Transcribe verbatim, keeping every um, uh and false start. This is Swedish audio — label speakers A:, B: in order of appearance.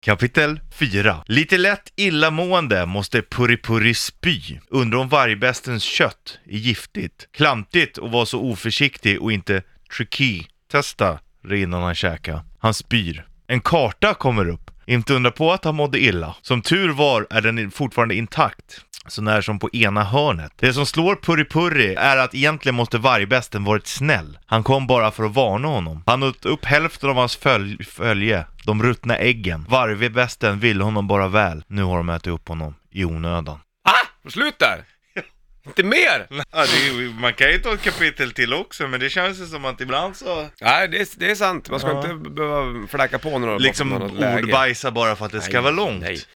A: Kapitel fyra. Lite lätt illamående måste Purri-Purri spy. Undrar om vargbästens kött är giftigt. Klantigt och var så oförsiktig och inte tricky. Testa innan han käkar. Han spyr. En karta kommer upp. Inte undra på att han mådde illa. Som tur var är den fortfarande intakt. Så när som på ena hörnet. Det som slår Purri-Purri är att egentligen måste vargbästen varit snäll. Han kom bara för att varna honom. Han åt upp hälften av hans följ- följe. De ruttna äggen. Vargbästen ville honom bara väl. Nu har de ätit upp honom i onödan.
B: Ah! Slut där! Inte mer!
A: Ja, det är, man kan ju ta ett kapitel till också. Men det känns som att ibland så...
B: Nej, det är, det är sant. Man ska
A: Ja.
B: inte behöva fläcka på några.
A: Liksom
B: något läge.
A: ordbajsa bara för att det ska
B: Nej,
A: vara långt.
B: Nej.